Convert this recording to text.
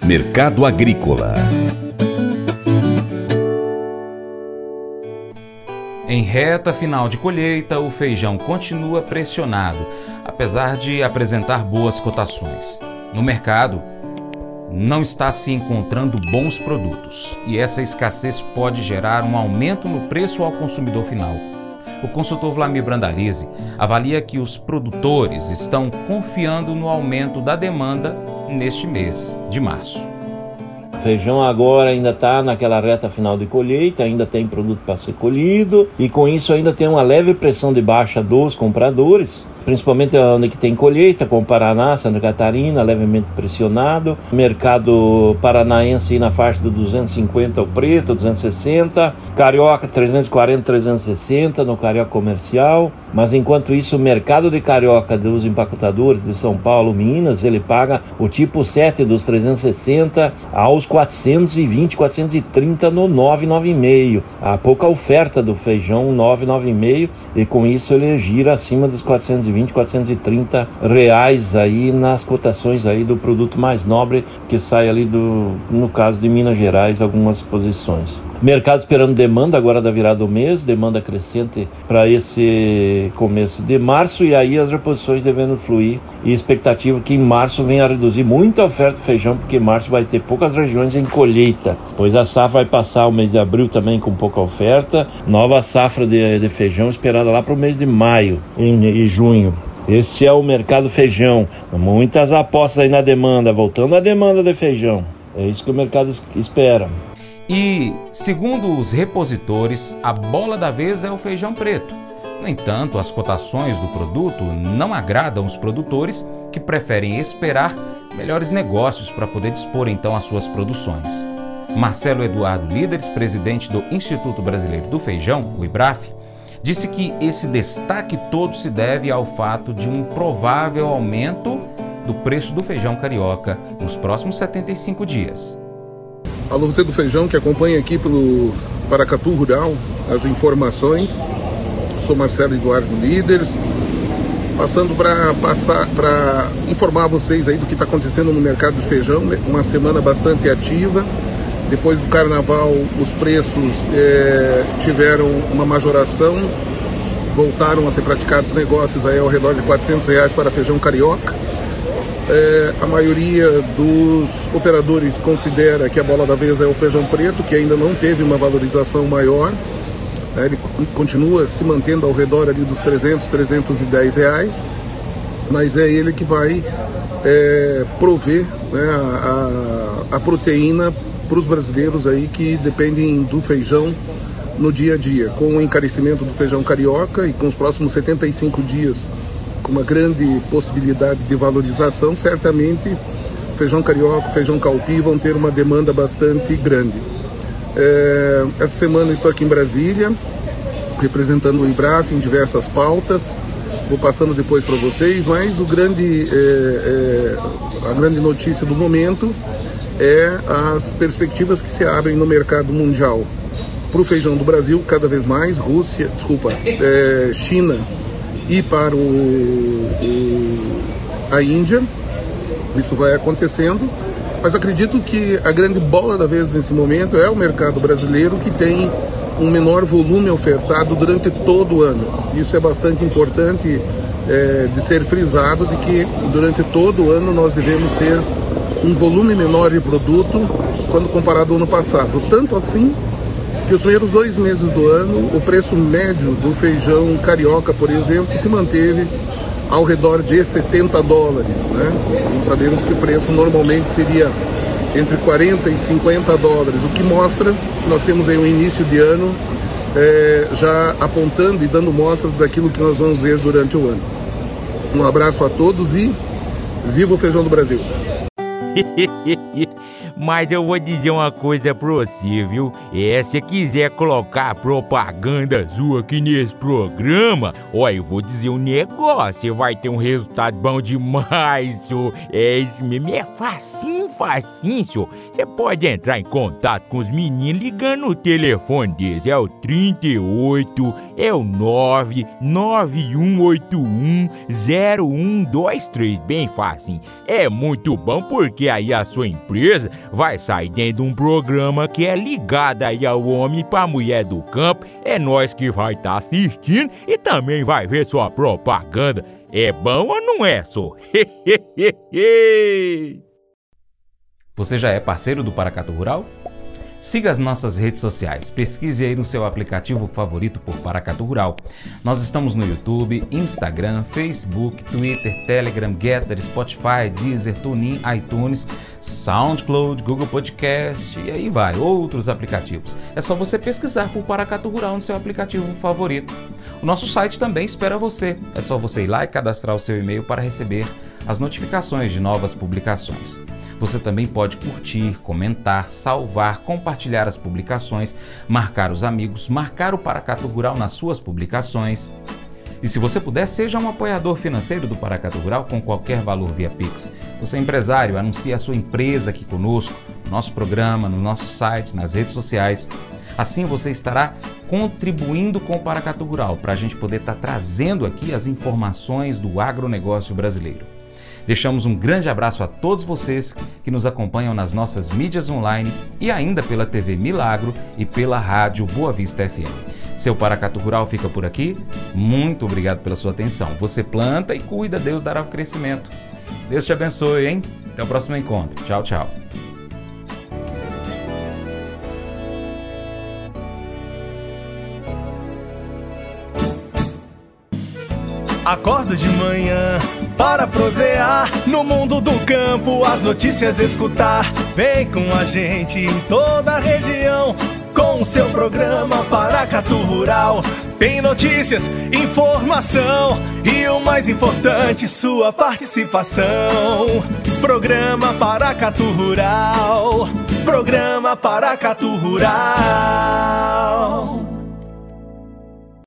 Mercado Agrícola. Em reta final de colheita, o feijão continua pressionado, apesar de apresentar boas cotações. No mercado, não está se encontrando bons produtos e essa escassez pode gerar um aumento no preço ao consumidor final. O consultor Vlamir Brandalize avalia que os produtores estão confiando no aumento da demanda neste mês de março. O feijão agora ainda está naquela reta final de colheita, ainda tem produto para ser colhido e com isso ainda tem uma leve pressão de baixa dos compradores, principalmente onde que tem colheita, como Paraná, Santa Catarina, levemente pressionado. Mercado paranaense na faixa de 250 o preto, 260. Carioca 340, 360 no carioca comercial. Mas enquanto isso o mercado de carioca dos empacotadores de São Paulo, Minas, ele paga o tipo 7 dos 360 aos 420, 430 no 9,5. Há pouca oferta do feijão 9,5 e com isso ele gira acima dos 420, 430 reais aí nas cotações aí do produto mais nobre que sai ali no caso de Minas Gerais, algumas posições. Mercado esperando demanda agora da virada do mês, demanda crescente para esse começo de março e aí as reposições devendo fluir e expectativa que em março venha a reduzir muita oferta de feijão, porque em março vai ter poucas regiões em colheita, pois a safra vai passar o mês de abril também com pouca oferta, nova safra de feijão esperada lá para o mês de maio e junho. Esse é o mercado feijão, muitas apostas aí na demanda, voltando à demanda de feijão, é isso que o mercado espera. E, segundo os repositores, a bola da vez é o feijão preto. No entanto, as cotações do produto não agradam os produtores que preferem esperar melhores negócios para poder dispor então as suas produções. Marcelo Eduardo Líderes, presidente do Instituto Brasileiro do Feijão, o IBRAF, disse que esse destaque todo se deve ao fato de um provável aumento do preço do feijão carioca nos próximos 75 dias. Alô, você do feijão que acompanha aqui pelo Paracatu Rural as informações. Sou Marcelo Eduardo Líderes, passando para informar vocês aí do que está acontecendo no mercado de feijão. Uma semana bastante ativa. Depois do carnaval, os preços tiveram uma majoração, voltaram a ser praticados negócios aí ao redor de R$400 para feijão carioca. A maioria dos operadores considera que a bola da vez é o feijão preto, que ainda não teve uma valorização maior. Ele continua se mantendo ao redor ali dos R$300, R$310, mas é ele que vai prover, né, a proteína para os brasileiros aí que dependem do feijão no dia a dia. Com o encarecimento do feijão carioca e com os próximos 75 dias com uma grande possibilidade de valorização, certamente feijão carioca, feijão calpi vão ter uma demanda bastante grande. Essa semana estou aqui em Brasília, representando o IBRAF em diversas pautas, vou passando depois para vocês, mas a grande notícia do momento é as perspectivas que se abrem no mercado mundial para o feijão do Brasil, cada vez mais, China e para a Índia. Isso vai acontecendo, mas acredito que a grande bola da vez nesse momento é o mercado brasileiro, que tem um menor volume ofertado durante todo o ano. Isso é bastante importante de ser frisado, de que durante todo o ano nós devemos ter um volume menor de produto quando comparado ao ano passado. Tanto assim que os primeiros 2 meses do ano, o preço médio do feijão carioca, por exemplo, se manteve ao redor de $70, né? Nós sabemos que o preço normalmente seria entre 40 e 50 dólares, o que mostra que nós temos aí um início de ano já apontando e dando mostras daquilo que nós vamos ver durante o ano. Um abraço a todos e viva o feijão do Brasil! Mas eu vou dizer uma coisa pra você, viu? Se quiser colocar propaganda sua aqui nesse programa, eu vou dizer um negócio, você vai ter um resultado bom demais, senhor. Isso mesmo, é facinho, senhor. Você pode entrar em contato com os meninos ligando o telefone deles, é o 38, é o 991810123, bem facinho. É muito bom porque porque aí a sua empresa vai sair dentro de um programa que é ligado aí ao homem pra mulher do campo. É nós que vai estar assistindo e também vai ver sua propaganda. É bom ou não é, só? Você já é parceiro do Paracatu Rural? Siga as nossas redes sociais, pesquise aí no seu aplicativo favorito por Paracatu Rural. Nós estamos no YouTube, Instagram, Facebook, Twitter, Telegram, Getter, Spotify, Deezer, TuneIn, iTunes, SoundCloud, Google Podcast e aí vai, outros aplicativos. É só você pesquisar por Paracatu Rural no seu aplicativo favorito. O nosso site também espera você. É só você ir lá e cadastrar o seu e-mail para receber as notificações de novas publicações. Você também pode curtir, comentar, salvar, compartilhar as publicações, marcar os amigos, marcar o Paracatu Rural nas suas publicações. E se você puder, seja um apoiador financeiro do Paracatu Rural com qualquer valor via Pix. Você é empresário, anuncie a sua empresa aqui conosco, no nosso programa, no nosso site, nas redes sociais. Assim você estará contribuindo com o Paracatu Rural para a gente poder estar trazendo aqui as informações do agronegócio brasileiro. Deixamos um grande abraço a todos vocês que nos acompanham nas nossas mídias online e ainda pela TV Milagro e pela rádio Boa Vista FM. Seu Paracatu Rural fica por aqui. Muito obrigado pela sua atenção. Você planta e cuida, Deus dará o crescimento. Deus te abençoe, hein? Até o próximo encontro. Tchau, tchau. Acordo de manhã para prosear no mundo do campo, as notícias escutar. Vem com a gente em toda a região com o seu programa Paracatu Rural. Tem notícias, informação e o mais importante, sua participação. Programa Paracatu Rural. Programa Paracatu Rural.